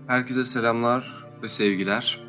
Herkese selamlar ve sevgiler.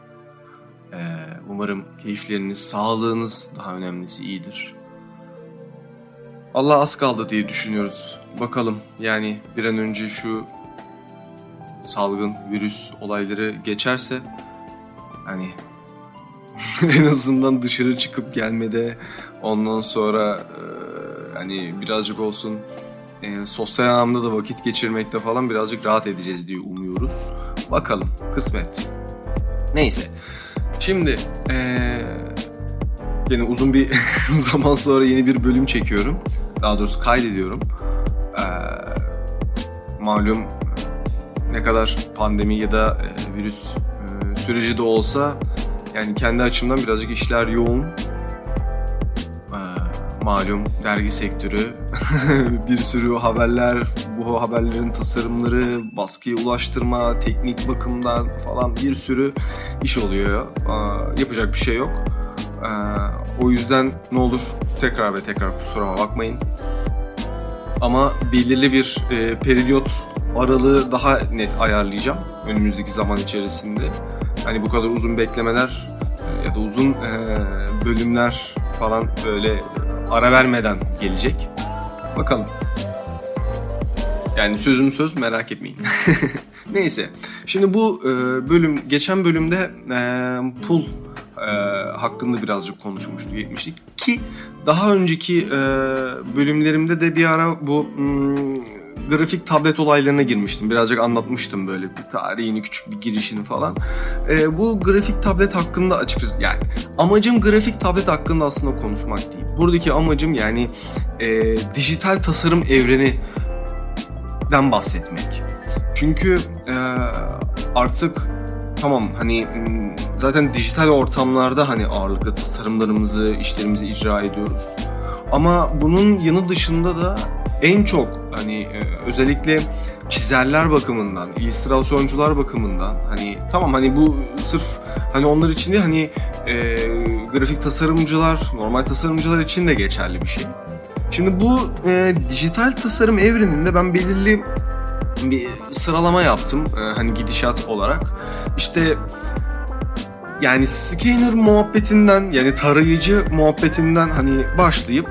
Umarım keyifleriniz, sağlığınız daha önemlisi iyidir. Allah az kaldı diye düşünüyoruz. Bakalım yani bir an önce şu salgın, virüs olayları geçerse hani en azından dışarı çıkıp gelmede ondan sonra hani birazcık olsun sosyal anlamda da vakit geçirmekte falan birazcık rahat edeceğiz diye umuyoruz. Bakalım kısmet. Neyse. Şimdi yine uzun bir zaman sonra yeni bir bölüm çekiyorum. Daha doğrusu kaydediyorum. Malum ne kadar pandemi ya da virüs süreci de olsa yani kendi açımdan birazcık işler yoğun. Malum dergi sektörü, bir sürü haberler, bu haberlerin tasarımları, baskıya ulaştırma, teknik bakımdan falan bir sürü iş oluyor. Yapacak bir şey yok. O yüzden ne olur tekrar kusuruma bakmayın. Ama belirli bir periyot aralığı daha net ayarlayacağım önümüzdeki zaman içerisinde. Hani bu kadar uzun beklemeler ya da uzun bölümler falan böyle ara vermeden gelecek. Bakalım. Yani sözüm söz, merak etmeyin. Neyse. Şimdi bu geçen bölümde pul hakkında birazcık konuşmuştuk, etmiştik. Ki daha önceki bölümlerimde de bir ara bu grafik tablet olaylarına girmiştim. Birazcık anlatmıştım böyle bir tarihini, küçük bir girişini falan. Bu grafik tablet hakkında açıkçası yani amacım grafik tablet hakkında aslında konuşmak değil. Buradaki amacım yani dijital tasarım evreninden bahsetmek. Çünkü artık tamam hani zaten dijital ortamlarda hani ağırlıklı tasarımlarımızı, işlerimizi icra ediyoruz. Ama bunun yanı dışında da en çok hani özellikle çizerler bakımından, illüstrasyoncular bakımından hani tamam hani bu sırf hani onlar için değil hani grafik tasarımcılar, normal tasarımcılar için de geçerli bir şey. Şimdi bu dijital tasarım evreninde ben belirli bir sıralama yaptım hani gidişat olarak. İşte yani scanner muhabbetinden yani tarayıcı muhabbetinden hani başlayıp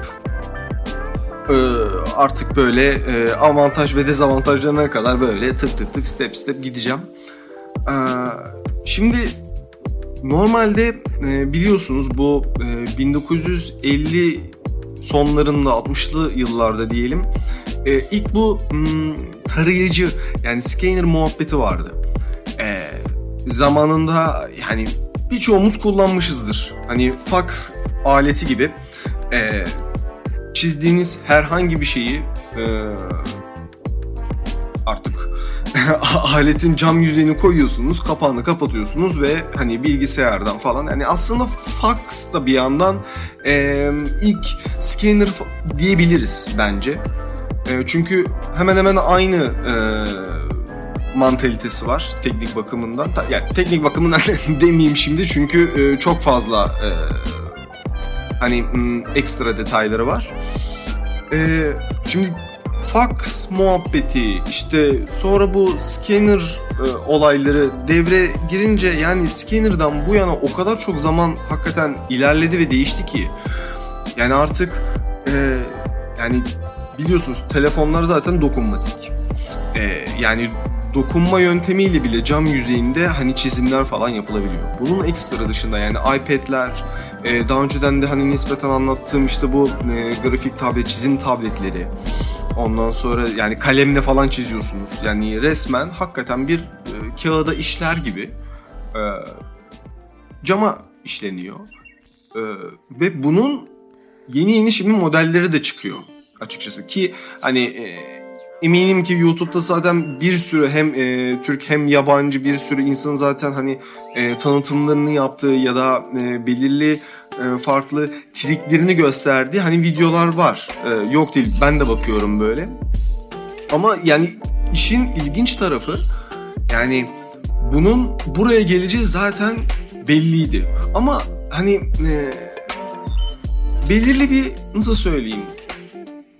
artık böyle avantaj ve dezavantajlarına kadar böyle tık step gideceğim. Şimdi normalde biliyorsunuz bu 1950 sonlarında 60'lı yıllarda diyelim ilk bu tarayıcı yani scanner muhabbeti vardı. Zamanında yani birçoğumuz kullanmışızdır. Hani fax aleti gibi çizdiğiniz herhangi bir şeyi artık aletin cam yüzeyini koyuyorsunuz, kapağını kapatıyorsunuz ve hani bilgisayardan falan yani aslında fax da bir yandan ilk scanner diyebiliriz bence. Çünkü hemen hemen aynı mantalitesi var teknik bakımından. Yani teknik bakımından demeyeyim şimdi çünkü çok fazla hani ekstra detayları var. Şimdi fax muhabbeti işte sonra bu scanner olayları devre girince yani scanner'dan bu yana o kadar çok zaman hakikaten ilerledi ve değişti ki yani artık yani biliyorsunuz telefonlar zaten dokunmatik. Yani dokunma yöntemiyle bile cam yüzeyinde hani çizimler falan yapılabiliyor. Bunun ekstra dışında yani iPad'ler, daha önceden de hani nispeten anlattığım işte bu grafik tablet, çizim tabletleri. Ondan sonra yani kalemle falan çiziyorsunuz. Yani resmen hakikaten bir kağıda işler gibi cama işleniyor. Ve bunun yeni şimdi modelleri de çıkıyor açıkçası ki hani eminim ki YouTube'da zaten bir sürü hem Türk hem yabancı bir sürü insan zaten hani tanıtımlarını yaptığı ya da belirli farklı triklerini gösterdiği hani videolar var. Yok değil, ben de bakıyorum böyle. Ama yani işin ilginç tarafı yani bunun buraya geleceği zaten belliydi. Ama hani belirli bir nasıl söyleyeyim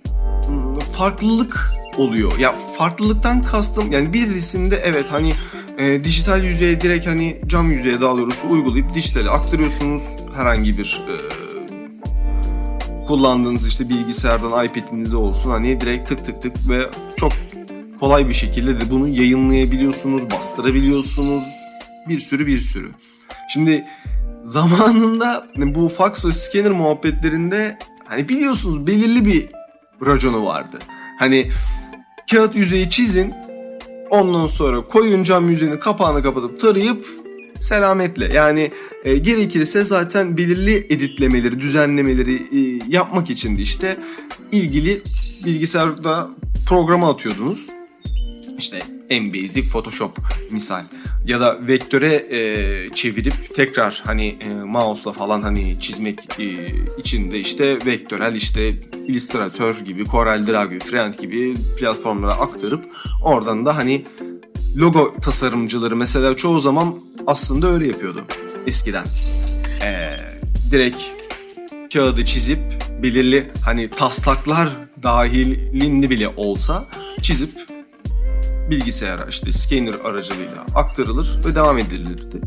farklılık oluyor. Ya farklılıktan kastım yani bir resimde evet hani Dijital yüzeye direkt hani cam yüzeye daha doğrusu uygulayıp dijitale aktarıyorsunuz. Herhangi bir kullandığınız işte bilgisayardan iPad'inize olsun, hani direkt tık tık tık ve çok kolay bir şekilde de bunu yayınlayabiliyorsunuz, bastırabiliyorsunuz. Bir sürü. Şimdi zamanında bu fax ve scanner muhabbetlerinde hani biliyorsunuz belirli bir raconu vardı. Hani kağıt yüzeyi çizin, ondan sonra koyun cam yüzeyini, kapağını kapatıp tarayıp selametle. Yani gerekirse zaten belirli editlemeleri, düzenlemeleri yapmak için de işte ilgili bilgisayarda programa atıyordunuz. İşte en basic Photoshop misal, ya da vektöre çevirip tekrar hani mouse'la falan hani çizmek için de işte vektörel, işte Illustrator gibi, CorelDRAW gibi, Freehand gibi platformlara aktarıp oradan da hani logo tasarımcıları mesela çoğu zaman aslında öyle yapıyordu eskiden. Direkt kağıdı çizip belirli hani taslaklar dahilinde bile olsa çizip bilgisayara işte scanner aracılığıyla aktarılır ve devam edilirdi.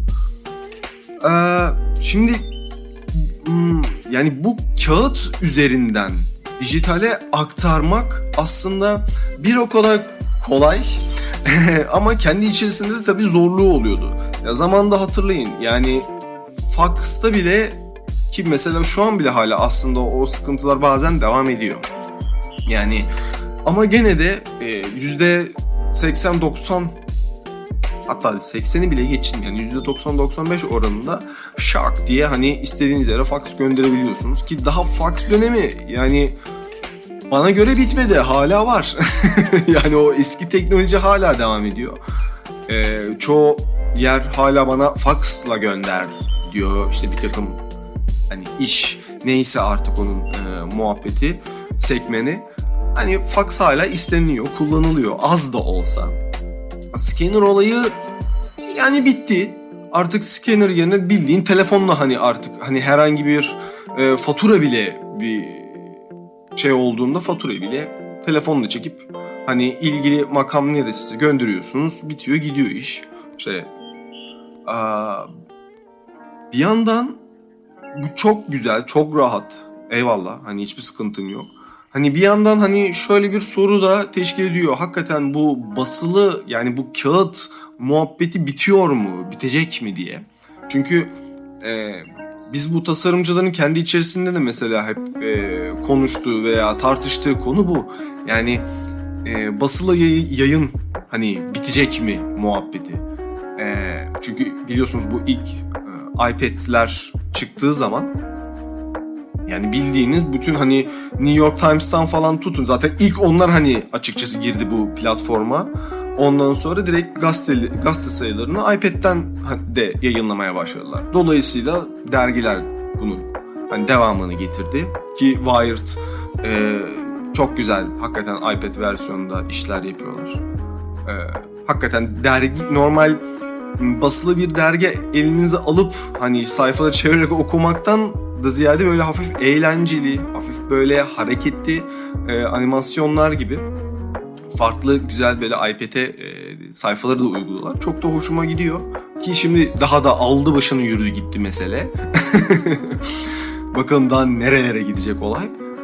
Şimdi yani bu kağıt üzerinden dijitale aktarmak aslında bir o kadar kolay ama kendi içerisinde de tabii zorluğu oluyordu. Ya zamanında hatırlayın, yani fax'ta bile, ki mesela şu an bile hala aslında o sıkıntılar bazen devam ediyor. Yani ama gene de %80-90, hatta 80'i bile geçtim, yani %90-95 oranında şak diye hani istediğiniz yere fax gönderebiliyorsunuz ki daha fax dönemi yani bana göre bitmedi, hala var. Yani o eski teknoloji hala devam ediyor. Çoğu yer hala bana faxla gönder diyor, işte bir takım hani iş neyse artık onun muhabbeti, segmeni. Hani fax hala isteniyor, kullanılıyor az da olsa. Scanner olayı yani bitti. Artık scanner yerine bildiğin telefonla hani artık hani herhangi bir fatura bile bir şey olduğunda faturayı bile telefonla çekip hani ilgili makam neresi gönderiyorsunuz, bitiyor gidiyor iş. İşte bir yandan bu çok güzel, çok rahat. Eyvallah, hani hiçbir sıkıntım yok. Hani bir yandan hani şöyle bir soru da teşkil ediyor. Hakikaten bu basılı, yani bu kağıt muhabbeti bitiyor mu, bitecek mi diye. Çünkü biz bu tasarımcıların kendi içerisinde de mesela hep konuştuğu veya tartıştığı konu bu. Yani basılı yayın hani bitecek mi muhabbeti. Çünkü biliyorsunuz bu ilk iPad'ler çıktığı zaman, yani bildiğiniz bütün hani New York Times'tan falan tutun, zaten ilk onlar hani açıkçası girdi bu platforma. Ondan sonra direkt gazete sayılarını iPad'den de yayınlamaya başladılar. Dolayısıyla dergiler bunun hani devamını getirdi ki Wired çok güzel hakikaten iPad versiyonunda işler yapıyorlar. Hakikaten dergi, normal basılı bir dergi elinize alıp hani sayfaları çevirerek okumaktan da ziyade böyle hafif eğlenceli, hafif böyle hareketli animasyonlar gibi farklı güzel böyle iPad'e sayfaları da uyguluyorlar. Çok da hoşuma gidiyor ki şimdi daha da aldı başını yürüdü gitti mesele. Bakalım daha nerelere gidecek olay.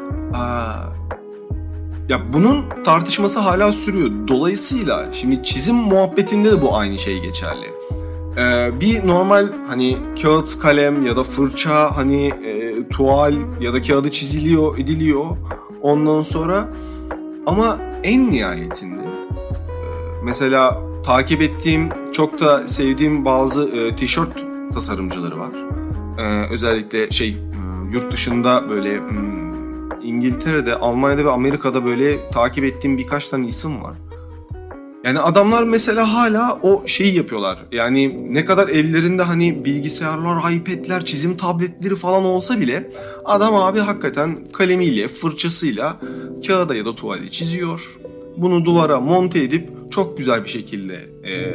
Ya bunun tartışması hala sürüyor. Dolayısıyla şimdi çizim muhabbetinde de bu aynı şey geçerli. Bir normal hani kağıt, kalem ya da fırça, hani tuval ya da kağıdı çiziliyor, ediliyor ondan sonra, ama en nihayetinde mesela takip ettiğim, çok da sevdiğim bazı tişört tasarımcıları var. Özellikle yurt dışında böyle İngiltere'de, Almanya'da ve Amerika'da böyle takip ettiğim birkaç tane isim var. Yani adamlar mesela hala o şeyi yapıyorlar. Yani ne kadar ellerinde hani bilgisayarlar, iPad'ler, çizim tabletleri falan olsa bile adam abi hakikaten kalemiyle, fırçasıyla kağıda ya da tuvale çiziyor. Bunu duvara monte edip çok güzel bir şekilde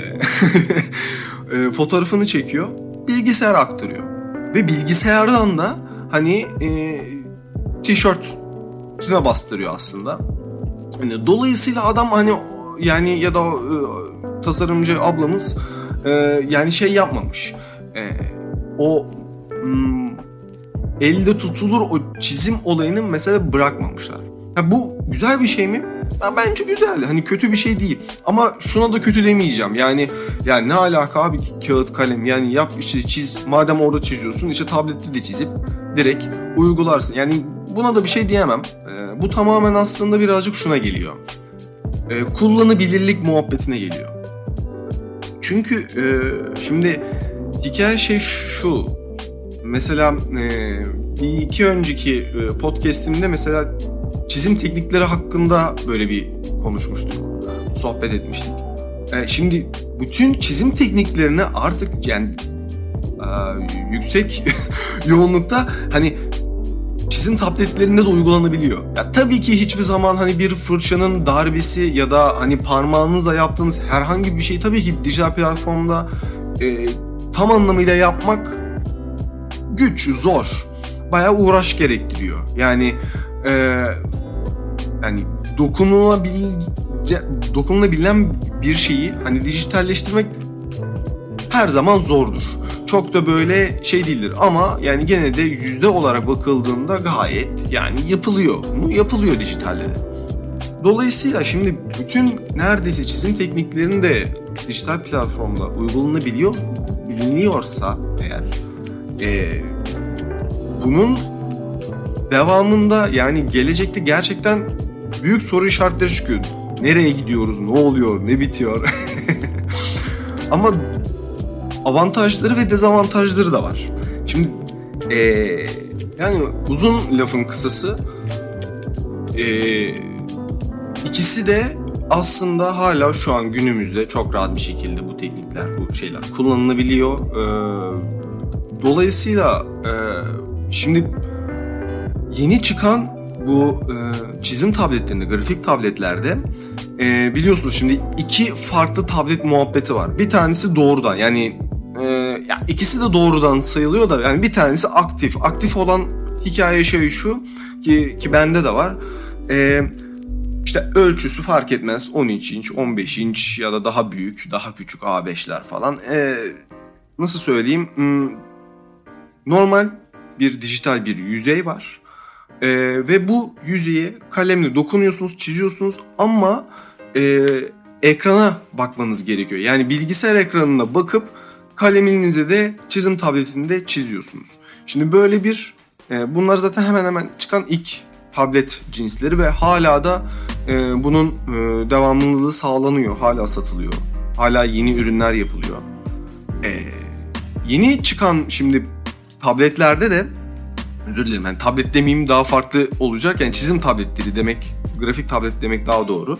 fotoğrafını çekiyor. Bilgisayara aktarıyor. Ve bilgisayardan da hani tişörtüne bastırıyor aslında. Yani dolayısıyla adam hani yani ya da tasarımcı ablamız yani şey yapmamış. O elde tutulur o çizim olayını mesela bırakmamışlar. Ha, bu güzel bir şey mi? Ya bence güzel. Hani kötü bir şey değil. Ama şuna da kötü demeyeceğim. Yani ne alaka abi, kağıt kalem, yani yap işte, çiz. Madem orada çiziyorsun, işte tablette de çizip direkt uygularsın. Yani buna da bir şey diyemem. Bu tamamen aslında birazcık şuna geliyor. Kullanılabilirlik muhabbetine geliyor. Çünkü şimdi hikaye şey şu. Mesela bir iki önceki podcast'imde mesela çizim teknikleri hakkında böyle bir konuşmuştuk. Sohbet etmiştik. Şimdi bütün çizim tekniklerini artık yani yüksek yoğunlukta hani çizim tabletlerinde de uygulanabiliyor. Ya tabii ki hiçbir zaman hani bir fırçanın darbesi ya da hani parmağınızla yaptığınız herhangi bir şey tabii ki dijital platformda tam anlamıyla yapmak güç, zor. Bayağı uğraş gerektiriyor. Yani dokunulabilen bir şeyi hani dijitalleştirmek her zaman zordur. Çok da böyle şey değildir ama yani gene de yüzde olarak bakıldığında gayet yani yapılıyor dijitalde de. Dolayısıyla şimdi bütün neredeyse çizim tekniklerinin de dijital platformda biliniyorsa eğer bunun devamında yani gelecekte gerçekten büyük soru işaretleri çıkıyor. Nereye gidiyoruz, ne oluyor, ne bitiyor? Ama avantajları ve dezavantajları da var. Şimdi yani uzun lafın kısası ikisi de aslında hala şu an günümüzde çok rahat bir şekilde bu teknikler, bu şeyler kullanılabiliyor. Dolayısıyla şimdi yeni çıkan bu çizim tabletlerinde, grafik tabletlerde biliyorsunuz şimdi iki farklı tablet muhabbeti var. Bir tanesi doğrudan yani ya ikisi de doğrudan sayılıyor da yani bir tanesi aktif. Aktif olan hikaye şey şu ki bende de var. İşte ölçüsü fark etmez 13 inç, 15 inç ya da daha büyük, daha küçük A5'ler falan. Nasıl söyleyeyim? Normal bir dijital bir yüzey var. Ve bu yüzeye kalemle dokunuyorsunuz, çiziyorsunuz ama ekrana bakmanız gerekiyor. Yani bilgisayar ekranına bakıp kaleminize de çizim tabletinde çiziyorsunuz. Şimdi böyle bunlar zaten hemen hemen çıkan ilk tablet cinsleri ve hala da bunun devamlılığı sağlanıyor, hala satılıyor. Hala yeni ürünler yapılıyor. Yeni çıkan şimdi tabletlerde de özür dilerim yani tablet demeyeyim daha farklı olacak. Yani çizim tabletleri demek, grafik tablet demek daha doğru.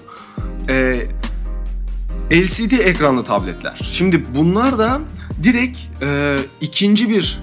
LCD ekranlı tabletler. Şimdi bunlar da direkt ikinci bir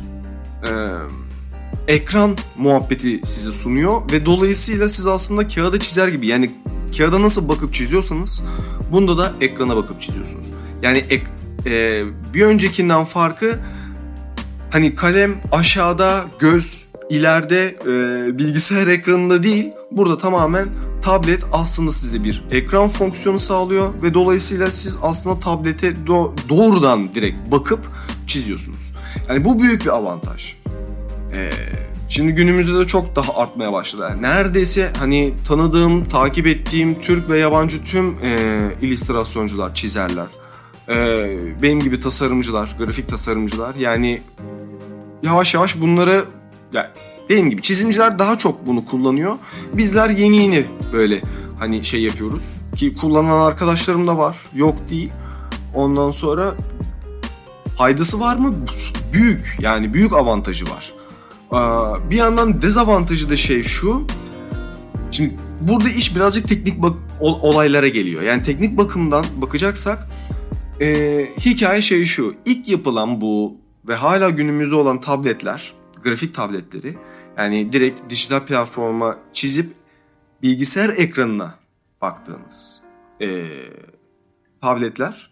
ekran muhabbeti size sunuyor ve dolayısıyla siz aslında kağıda çizer gibi yani kağıda nasıl bakıp çiziyorsanız bunda da ekrana bakıp çiziyorsunuz. Yani bir öncekinden farkı hani kalem aşağıda, göz ileride bilgisayar ekranında değil. Burada tamamen tablet aslında size bir ekran fonksiyonu sağlıyor ve dolayısıyla siz aslında tablete doğrudan direkt bakıp çiziyorsunuz. Yani bu büyük bir avantaj. Şimdi günümüzde de çok daha artmaya başladı. Yani neredeyse hani tanıdığım, takip ettiğim Türk ve yabancı tüm illüstrasyoncular, çizerler, benim gibi tasarımcılar, grafik tasarımcılar yani yavaş yavaş bunları yani benim gibi çizimciler daha çok bunu kullanıyor. Bizler yeni böyle hani şey yapıyoruz ki kullanan arkadaşlarım da var. Yok değil. Ondan sonra faydası var mı? Büyük. Yani büyük avantajı var. Bir yandan dezavantajı da şey şu. Şimdi burada iş birazcık teknik olaylara geliyor. Yani teknik bakımdan bakacaksak hikaye şey şu. İlk yapılan bu ve hala günümüzde olan tabletler, grafik tabletleri yani direkt dijital platforma çizip bilgisayar ekranına baktığınız tabletler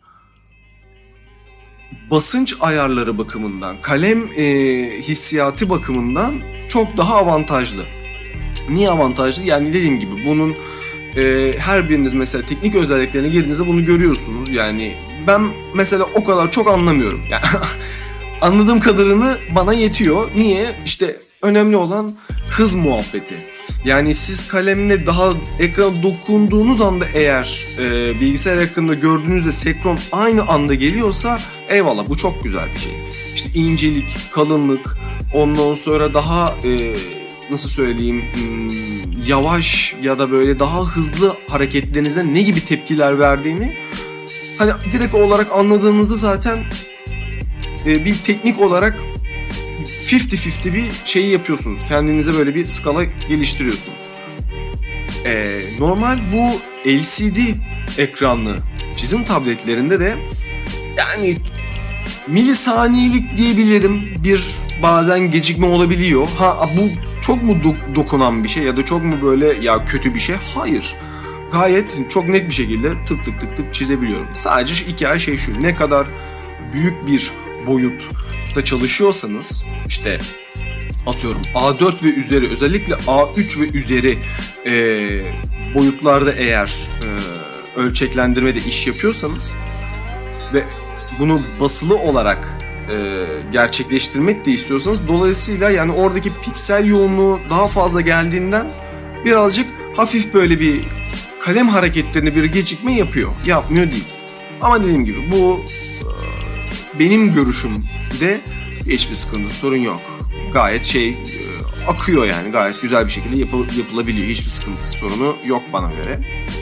basınç ayarları bakımından, kalem hissiyatı bakımından çok daha avantajlı. Niye avantajlı? Yani dediğim gibi bunun her biriniz mesela teknik özelliklerine girdiğinizde bunu görüyorsunuz. Yani ben mesela o kadar çok anlamıyorum. Yani anladığım kadarını bana yetiyor. Niye? İşte önemli olan hız muhabbeti. Yani siz kalemle daha ekrana dokunduğunuz anda eğer bilgisayar ekranında gördüğünüzde senkron aynı anda geliyorsa eyvallah, bu çok güzel bir şey. İşte incelik, kalınlık, ondan sonra daha nasıl söyleyeyim, yavaş ya da böyle daha hızlı hareketlerinize ne gibi tepkiler verdiğini hani direkt olarak anladığınızda zaten bir teknik olarak 50-50 bir şeyi yapıyorsunuz. Kendinize böyle bir skala geliştiriyorsunuz. Normal bu LCD ekranlı çizim tabletlerinde de yani milisaniyelik diyebilirim bir bazen gecikme olabiliyor. Ha, bu çok mu dokunan bir şey ya da çok mu böyle ya kötü bir şey? Hayır. Gayet çok net bir şekilde tık tık tık tık çizebiliyorum. Sadece şu hikaye şey şu: ne kadar büyük bir boyutta çalışıyorsanız, işte atıyorum A4 ve üzeri, özellikle A3 ve üzeri boyutlarda eğer ölçeklendirmede iş yapıyorsanız ve bunu basılı olarak gerçekleştirmek de istiyorsanız, dolayısıyla yani oradaki piksel yoğunluğu daha fazla geldiğinden birazcık hafif böyle bir kalem hareketlerine bir gecikme yapıyor. Yapmıyor değil. Ama dediğim gibi bu benim görüşümde hiçbir sıkıntı, sorun yok. Gayet akıyor yani, gayet güzel bir şekilde yapılabiliyor. Hiçbir sıkıntısı, sorunu yok bana göre.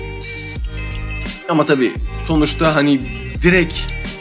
Ama tabii sonuçta hani direkt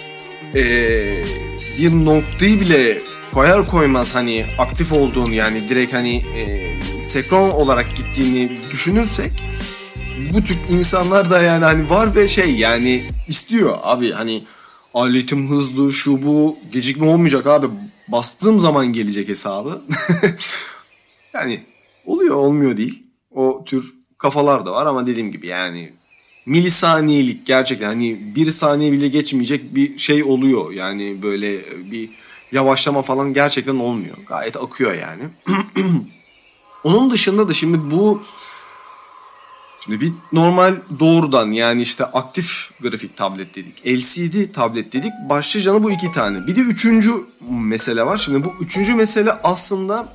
bir noktayı bile koyar koymaz hani aktif olduğunu, yani direkt hani senkron olarak gittiğini düşünürsek, bu tip insanlar da yani hani var ve yani istiyor abi, hani aletim hızlı, şu bu, gecikme olmayacak abi, bastığım zaman gelecek hesabı. Yani oluyor, olmuyor değil. O tür kafalar da var ama dediğim gibi yani milisaniyelik, gerçekten hani bir saniye bile geçmeyecek bir şey oluyor. Yani böyle bir yavaşlama falan gerçekten olmuyor. Gayet akıyor yani. Onun dışında da şimdi bir normal doğrudan yani işte aktif grafik tablet dedik, LCD tablet dedik. Başlıcana bu iki tane. Bir de üçüncü mesele var. Şimdi bu üçüncü mesele aslında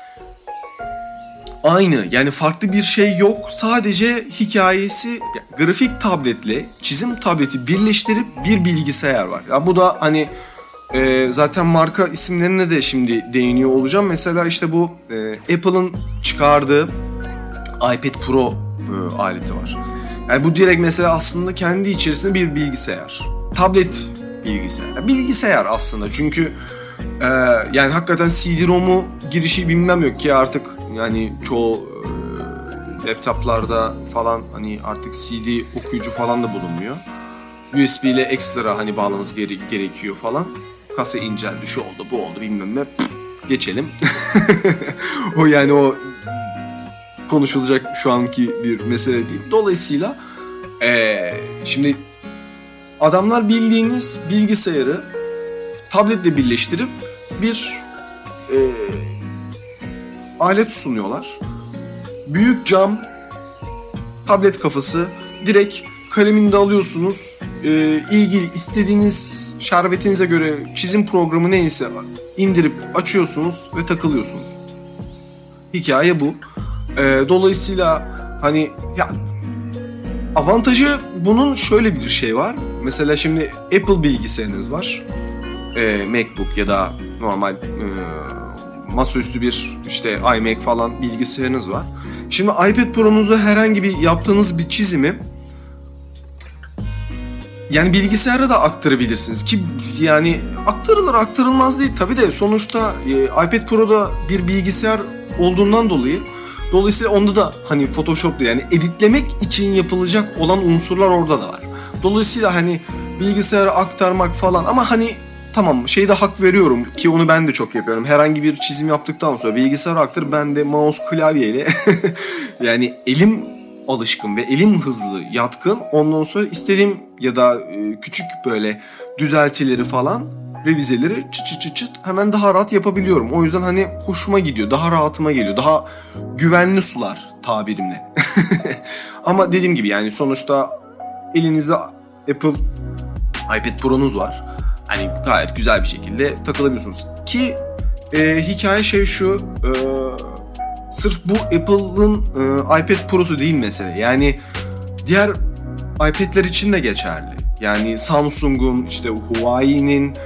aynı, yani farklı bir şey yok. Sadece hikayesi grafik tabletle çizim tableti birleştirip bir bilgisayar var. Ya bu da hani zaten marka isimlerine de şimdi değiniyor olacağım. Mesela işte bu Apple'ın çıkardığı iPad Pro aleti var. Yani bu direkt mesela aslında kendi içerisinde bir bilgisayar. Tablet bilgisayar. Bilgisayar aslında, çünkü yani hakikaten CD-ROM'u girişi bilmem yok ki artık, yani çoğu laptoplarda falan hani artık CD okuyucu falan da bulunmuyor. USB ile ekstra hani bağlamanız gerekiyor falan. Kasa inceldi, şu oldu, bu oldu, bilmem ne. Geçelim. O yani o konuşulacak şu anki bir mesele değil. Dolayısıyla şimdi adamlar bildiğiniz bilgisayarı tabletle birleştirip bir alet sunuyorlar. Büyük cam tablet kafası, direkt kalemini de alıyorsunuz. İlgili istediğiniz şerbetinize göre çizim programı neyse indirip açıyorsunuz ve takılıyorsunuz. Hikaye bu. Dolayısıyla hani ya, avantajı bunun şöyle bir şey var. Mesela şimdi Apple bilgisayarınız var. MacBook ya da normal masaüstü bir işte iMac falan bilgisayarınız var. Şimdi iPad Pro'nuzda herhangi bir yaptığınız bir çizimi yani bilgisayara da aktarabilirsiniz ki yani aktarılır aktarılmaz değil tabii de sonuçta iPad Pro'da bir bilgisayar olduğundan dolayısıyla onda da hani Photoshop'ta yani editlemek için yapılacak olan unsurlar orada da var. Dolayısıyla hani bilgisayara aktarmak falan, ama hani tamam, şeyde hak veriyorum ki onu ben de çok yapıyorum. Herhangi bir çizim yaptıktan sonra bilgisayara aktar, ben de mouse klavyeyle yani elim alışkın ve elim hızlı, yatkın. Ondan sonra istediğim ya da küçük böyle düzeltileri falan revizeleri çıt hemen daha rahat yapabiliyorum. O yüzden hani hoşuma gidiyor, daha rahatıma geliyor, daha güvenli sular tabirimle. Ama dediğim gibi yani sonuçta elinizde Apple iPad Pro'nuz var. Hani gayet güzel bir şekilde takılabiliyorsunuz. Ki hikaye şu, sırf bu Apple'ın iPad Pro'su değil mesele. Yani diğer iPad'ler için de geçerli. Yani Samsung'un, işte Huawei'nin,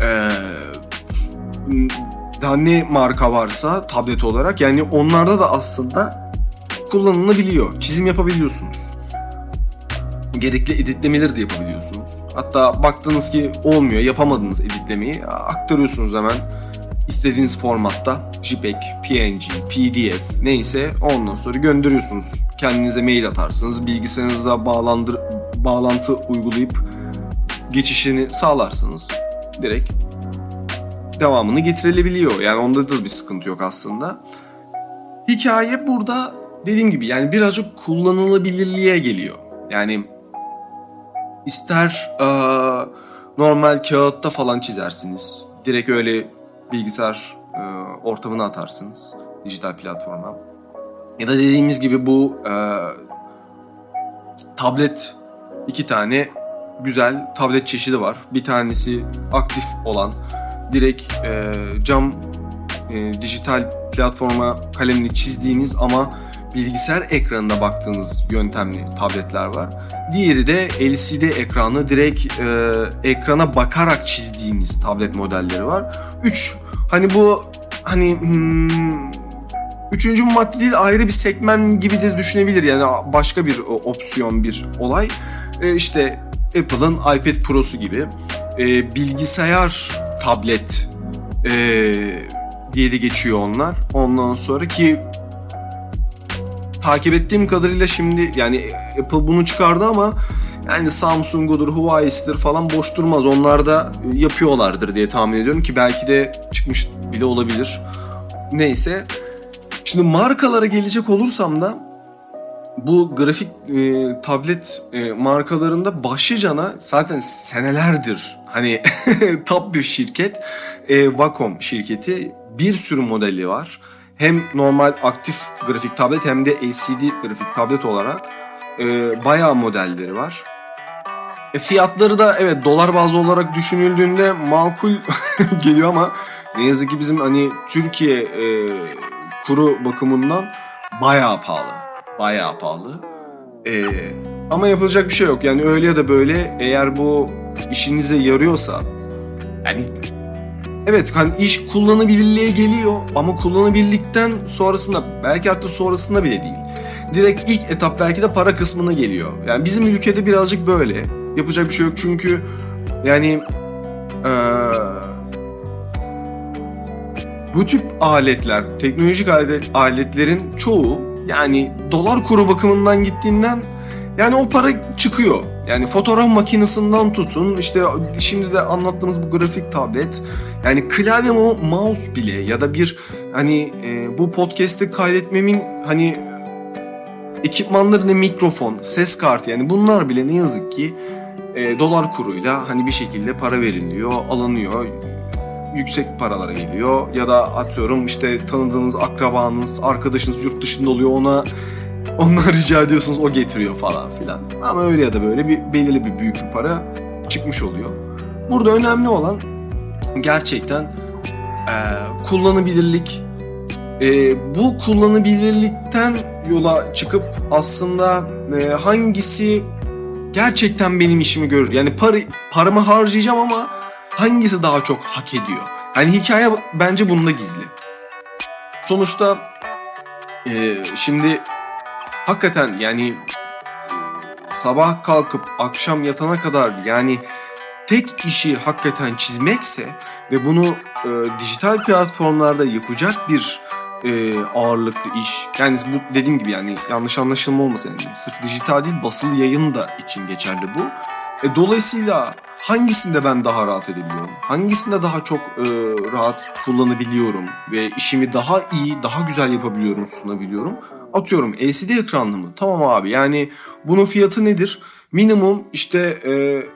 daha ne marka varsa tablet olarak, yani onlarda da aslında kullanılabiliyor. Çizim yapabiliyorsunuz. Gerekli editlemeleri de yapabiliyorsunuz. Hatta baktınız ki olmuyor, yapamadınız editlemeyi, aktarıyorsunuz hemen istediğiniz formatta. JPEG, PNG, PDF neyse, ondan sonra gönderiyorsunuz. Kendinize mail atarsınız. Bilgisayarınızda bağlantı uygulayıp geçişini sağlarsınız. Direkt devamını getirilebiliyor. Yani onda da bir sıkıntı yok aslında. Hikaye burada dediğim gibi yani birazcık kullanılabilirliğe geliyor. Yani ister normal kağıtta falan çizersiniz. Direkt öyle bilgisayar ortamına atarsınız. Dijital platforma. Ya da dediğimiz gibi bu tablet, 2 tane güzel tablet çeşidi var. Bir tanesi aktif olan, direkt cam dijital platforma kalemini çizdiğiniz ama bilgisayar ekranına baktığınız yöntemli tabletler var. Diğeri de LCD ekranı, direkt ekrana bakarak çizdiğiniz tablet modelleri var. Hani bu hani üçüncü madde değil, ayrı bir segment gibi de düşünebilir. Yani başka bir opsiyon, bir olay. İşte Apple'ın iPad Pro'su gibi bilgisayar tablet diye de geçiyor onlar. Ondan sonra ki takip ettiğim kadarıyla şimdi yani Apple bunu çıkardı ama yani Samsung'udur, Huawei'sidir falan boş durmaz. Onlar da yapıyorlardır diye tahmin ediyorum ki belki de çıkmış bile olabilir. Neyse. Şimdi markalara gelecek olursam da bu grafik tablet markalarında başlıcana zaten senelerdir hani top bir şirket, Wacom şirketi, bir sürü modeli var. Hem normal aktif grafik tablet hem de LCD grafik tablet olarak bayağı modelleri var. Fiyatları da evet dolar bazlı olarak düşünüldüğünde makul geliyor ama ne yazık ki bizim hani Türkiye kuru bakımından bayağı pahalı. Bayağı pahalı. Ama yapılacak bir şey yok. Yani öyle ya da böyle, eğer bu işinize yarıyorsa, yani evet hani iş kullanabilirliğe geliyor ama kullanabilirlikten sonrasında, belki hatta sonrasında bile değil. Direkt ilk etap belki de para kısmına geliyor. Yani bizim ülkede birazcık böyle. Yapacak bir şey yok çünkü yani bu tip aletler, teknolojik aletlerin çoğu yani dolar kuru bakımından gittiğinden yani o para çıkıyor. Yani fotoğraf makinesinden tutun, işte şimdi de anlattığımız bu grafik tablet, yani klavye mouse bile ya da bir hani bu podcast'i kaydetmemin hani ekipmanları, ne mikrofon, ses kartı, yani bunlar bile ne yazık ki dolar kuruyla hani bir şekilde para veriliyor, alınıyor. Yüksek paralara geliyor ya da atıyorum işte tanıdığınız akrabanız, arkadaşınız yurt dışında oluyor, ondan rica ediyorsunuz, o getiriyor falan filan. Ama öyle ya da böyle belirli bir büyük bir para çıkmış oluyor. Burada önemli olan gerçekten kullanabilirlik. Bu kullanabilirlikten yola çıkıp aslında hangisi gerçekten benim işimi görür? Yani paramı harcayacağım ama hangisi daha çok hak ediyor? Yani hikaye bence bunda gizli. Sonuçta şimdi hakikaten yani sabah kalkıp akşam yatana kadar yani tek işi hakikaten çizmekse ve bunu dijital platformlarda yapacak bir ağırlıklı iş. Yani bu dediğim gibi yani yanlış anlaşılma olmasın. Yani sırf dijital değil, basılı yayın da için geçerli bu. Dolayısıyla hangisinde ben daha rahat edebiliyorum? Hangisinde daha çok rahat kullanabiliyorum ve işimi daha iyi, daha güzel yapabiliyorum, sunabiliyorum? Atıyorum LCD ekranlı mı? Tamam abi, yani bunun fiyatı nedir? Minimum işte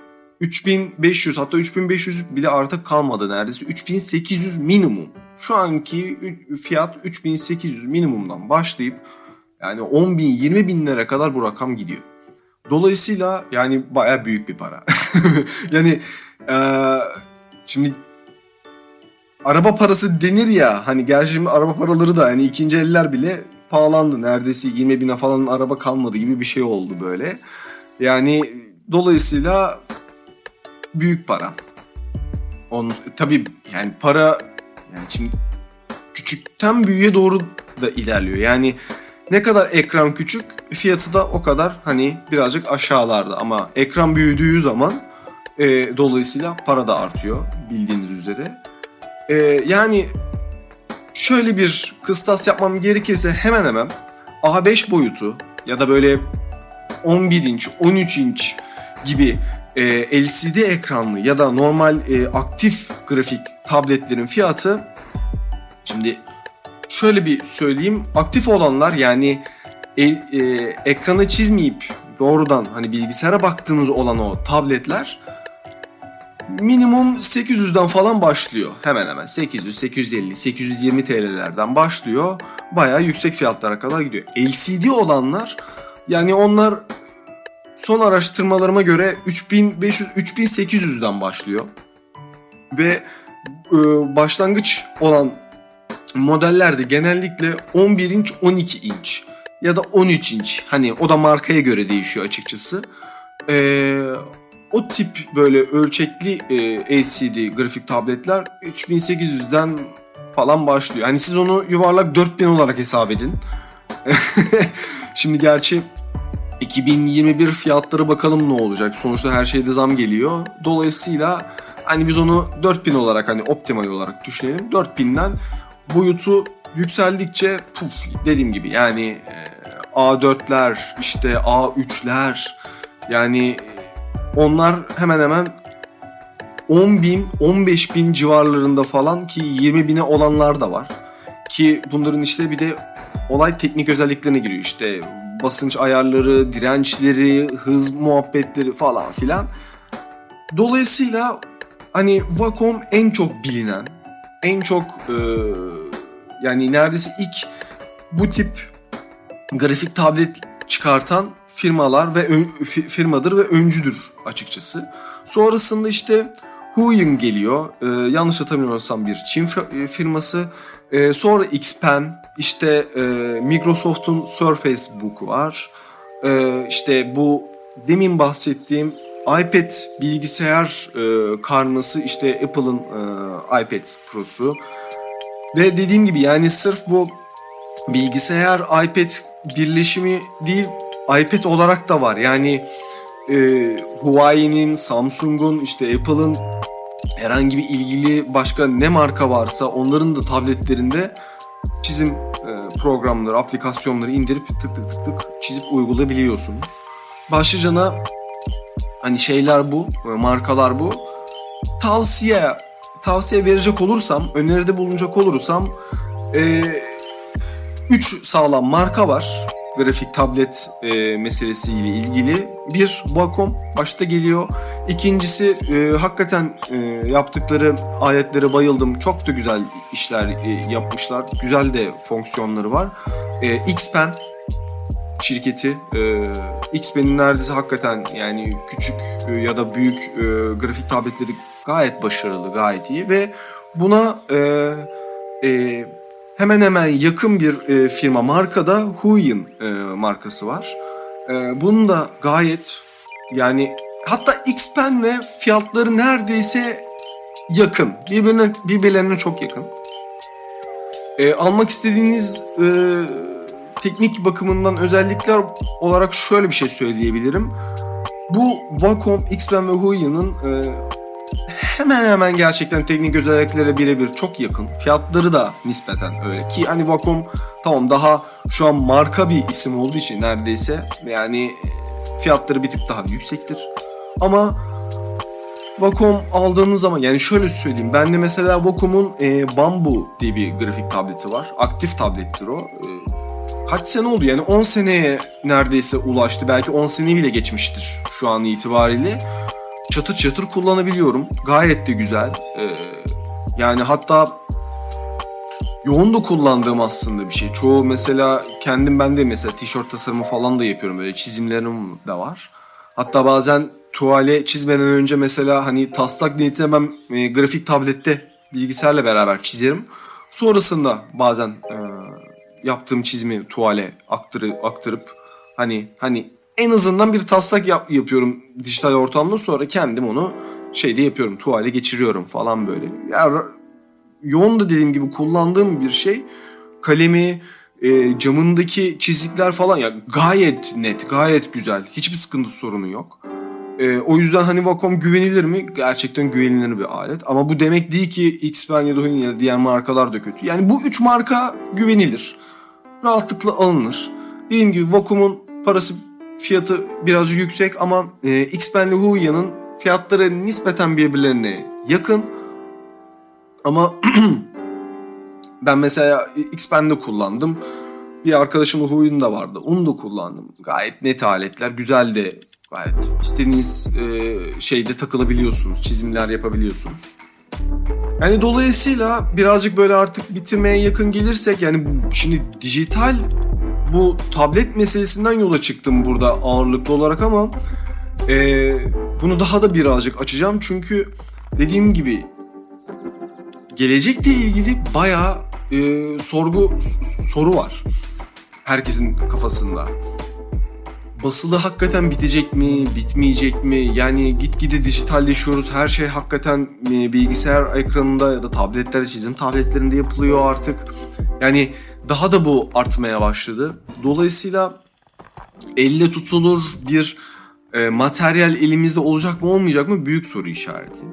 3500 hatta 3500 bile artık kalmadı neredeyse. 3800 minimum. Şu anki fiyat 3800 minimumdan başlayıp yani 10 bin 20 binlere kadar bu rakam gidiyor. Dolayısıyla yani bayağı büyük bir para. Yani şimdi araba parası denir ya, hani gerçi şimdi araba paraları da yani ikinci eller bile pahalandı. Neredeyse 20 bine falan araba kalmadı gibi bir şey oldu böyle. Yani dolayısıyla büyük para. Tabii yani para yani şimdi küçükten büyüğe doğru da ilerliyor. Yani ne kadar ekran küçük fiyatı da o kadar hani birazcık aşağılarda, ama ekran büyüdüğü zaman dolayısıyla para da artıyor bildiğiniz üzere. Yani şöyle bir kıstas yapmam gerekirse hemen hemen A5 boyutu ya da böyle 11 inç 13 inç gibi LCD ekranlı ya da normal aktif grafik tabletlerin fiyatı, şimdi şöyle bir söyleyeyim, aktif olanlar yani ekranı çizmeyip doğrudan hani bilgisayara baktığınız olan o tabletler minimum 800'den falan başlıyor. Hemen hemen 800, 850, 820 TL'lerden başlıyor. Bayağı yüksek fiyatlara kadar gidiyor. LCD olanlar yani onlar son araştırmalarıma göre 3500, 3800'den başlıyor. Ve başlangıç olan modellerde genellikle 11 inç, 12 inç ya da 13 inç. Hani o da markaya göre değişiyor açıkçası. O tip böyle ölçekli LCD grafik tabletler 3800'den falan başlıyor. Hani siz onu yuvarlak 4000 olarak hesap edin. Şimdi gerçi 2021 fiyatları bakalım ne olacak. Sonuçta her şeyde zam geliyor. Dolayısıyla hani biz onu 4000 olarak hani optimal olarak düşünelim. 4000'den boyutu yükseldikçe dediğim gibi yani A4'ler işte A3'ler yani onlar hemen hemen 10 bin 15 bin civarlarında falan, ki 20 bine olanlar da var. Ki bunların işte bir de olay teknik özelliklerine giriyor. İşte basınç ayarları, dirençleri, hız muhabbetleri falan filan. Dolayısıyla hani Wacom en çok bilinen, en çok yani neredeyse ilk bu tip grafik tablet çıkartan firmalar ve firmadır ve öncüdür açıkçası. Sonrasında işte Huion geliyor. Yanlış hatırlamıyorsam bir Çin firması. Sonra XPen, işte Microsoft'un Surface Book var. İşte bu demin bahsettiğim iPad bilgisayar karması, işte Apple'ın iPad Pro'su. Ve dediğim gibi yani sırf bu bilgisayar iPad birleşimi değil, iPad olarak da var. Yani Huawei'nin, Samsung'un, işte Apple'ın, herhangi bir ilgili başka ne marka varsa onların da tabletlerinde çizim programları, aplikasyonları indirip tık tık tık tık çizip uygulayabiliyorsunuz. Başlıcana hani şeyler bu, markalar bu. Tavsiye verecek olursam, öneride bulunacak olursam 3 sağlam marka var grafik tablet meselesiyle ilgili. Bir, Wacom başta geliyor. İkincisi hakikaten yaptıkları aletlere bayıldım. Çok da güzel işler yapmışlar. Güzel de fonksiyonları var. XPen şirketi. XPen'in neredeyse hakikaten yani küçük ya da büyük grafik tabletleri gayet başarılı, gayet iyi ve buna hemen hemen yakın bir firma markada Huion markası var. Bunun da gayet yani hatta XPen'le fiyatları neredeyse yakın. Birbirlerine çok yakın. Almak istediğiniz teknik bakımından özellikler olarak şöyle bir şey söyleyebilirim. Bu Wacom, XPen ve Huion'un hemen hemen gerçekten teknik özelliklere birebir çok yakın. Fiyatları da nispeten öyle ki hani Wacom tamam daha şu an marka bir isim olduğu için neredeyse yani fiyatları bir tık daha yüksektir. Ama Wacom aldığınız zaman yani şöyle söyleyeyim, ben de mesela Wacom'un Bamboo diye bir grafik tableti var. Aktif tablettir o. Kaç sene oldu yani 10 seneye neredeyse ulaştı. Belki 10 seneyi bile geçmiştir şu an itibariyle. çatır çatır kullanabiliyorum. Gayet de güzel. Yani hatta yoğun da kullandığım aslında bir şey. Çoğu mesela ben de mesela tişört tasarımı falan da yapıyorum. Böyle çizimlerim de var. Hatta bazen tuvale çizmeden önce mesela hani taslak niyetine ben grafik tablette bilgisayarla beraber çizerim. Sonrasında bazen yaptığım çizimi tuvale aktarıp hani en azından bir taslak yapıyorum dijital ortamda, sonra kendim onu yapıyorum, tuvale geçiriyorum falan böyle. Yani yoğun da dediğim gibi kullandığım bir şey. Kalemi, camındaki çizikler falan ya gayet net, gayet güzel. Hiçbir sıkıntı, sorunu yok. O yüzden hani Wacom güvenilir mi? Gerçekten güvenilir bir alet. Ama bu demek değil ki X-Pen ya da Huion ya da diğer markalar da kötü. Yani bu 3 marka güvenilir. Rahatlıkla alınır. Dediğim gibi Wacom'un fiyatı birazcık yüksek ama X-Pen ile Huion'un fiyatları nispeten birbirlerine yakın. Ama ben mesela X-Pen'de kullandım. Bir arkadaşımın Huion da vardı. Onu da kullandım. Gayet net aletler. Güzel de gayet. İstediğiniz şeyde takılabiliyorsunuz. Çizimler yapabiliyorsunuz. Yani dolayısıyla birazcık böyle artık bitirmeye yakın gelirsek, yani şimdi dijital bu tablet meselesinden yola çıktım burada ağırlıklı olarak ama bunu daha da birazcık açacağım. Çünkü dediğim gibi gelecekle ilgili bayağı soru var herkesin kafasında. Basılı hakikaten bitecek mi, bitmeyecek mi? Yani gitgide dijitalleşiyoruz. Her şey hakikaten bilgisayar ekranında ya da tabletlerde, çizim tabletlerinde yapılıyor artık. Yani daha da bu artmaya başladı. Dolayısıyla elle tutulur bir materyal elimizde olacak mı olmayacak mı büyük soru işareti.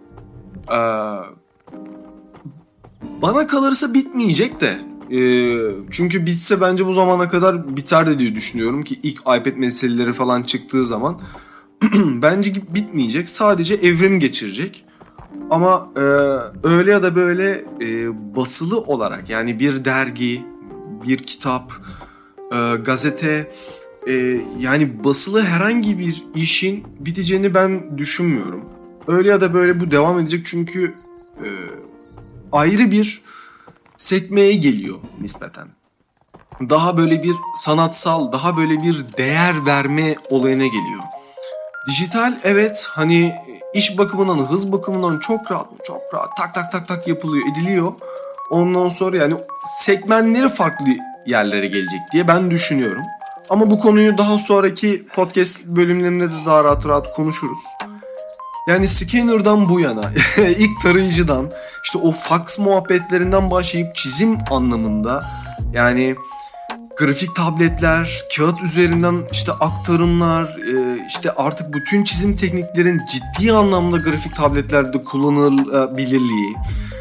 Bana kalırsa bitmeyecek de. Çünkü bitse bence bu zamana kadar biter de diye düşünüyorum ki ilk iPad meseleleri falan çıktığı zaman bence bitmeyecek. Sadece evrim geçirecek. Ama öyle ya da böyle basılı olarak, yani bir dergi, bir kitap, gazete, yani basılı herhangi bir işin biteceğini ben düşünmüyorum. Öyle ya da böyle bu devam edecek çünkü ayrı bir sekmeye geliyor nispeten. Daha böyle bir sanatsal, daha böyle bir değer verme olayına geliyor. Dijital evet hani iş bakımından, hız bakımından çok rahat tak yapılıyor, ediliyor. Ondan sonra yani segmentleri farklı yerlere gelecek diye ben düşünüyorum. Ama bu konuyu daha sonraki podcast bölümlerinde de daha rahat konuşuruz. Yani scanner'dan bu yana, ilk tarayıcıdan, işte o fax muhabbetlerinden başlayıp çizim anlamında, yani grafik tabletler, kağıt üzerinden işte aktarımlar, işte artık bütün çizim tekniklerin ciddi anlamda grafik tabletlerde kullanılabilirliği.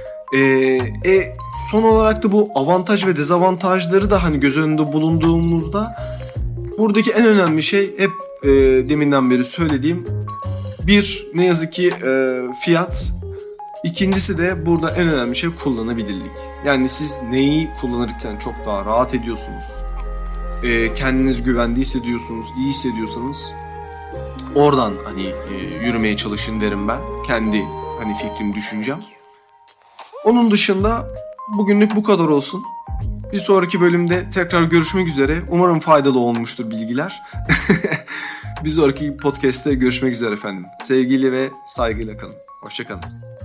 Son olarak da bu avantaj ve dezavantajları da hani göz önünde bulunduğumuzda buradaki en önemli şey hep deminden beri söylediğim, bir, ne yazık ki fiyat. İkincisi de burada en önemli şey kullanabilirlik. Yani siz neyi kullanırken çok daha rahat ediyorsunuz, kendiniz güvende hissediyorsunuz, iyi hissediyorsanız oradan hani yürümeye çalışın derim ben. Kendi hani fikrim, düşüncem. Onun dışında bugünlük bu kadar olsun. Bir sonraki bölümde tekrar görüşmek üzere. Umarım faydalı olmuştur bilgiler. Bir sonraki podcast'te görüşmek üzere efendim. Sevgiyle ve saygıyla kalın. Hoşça kalın.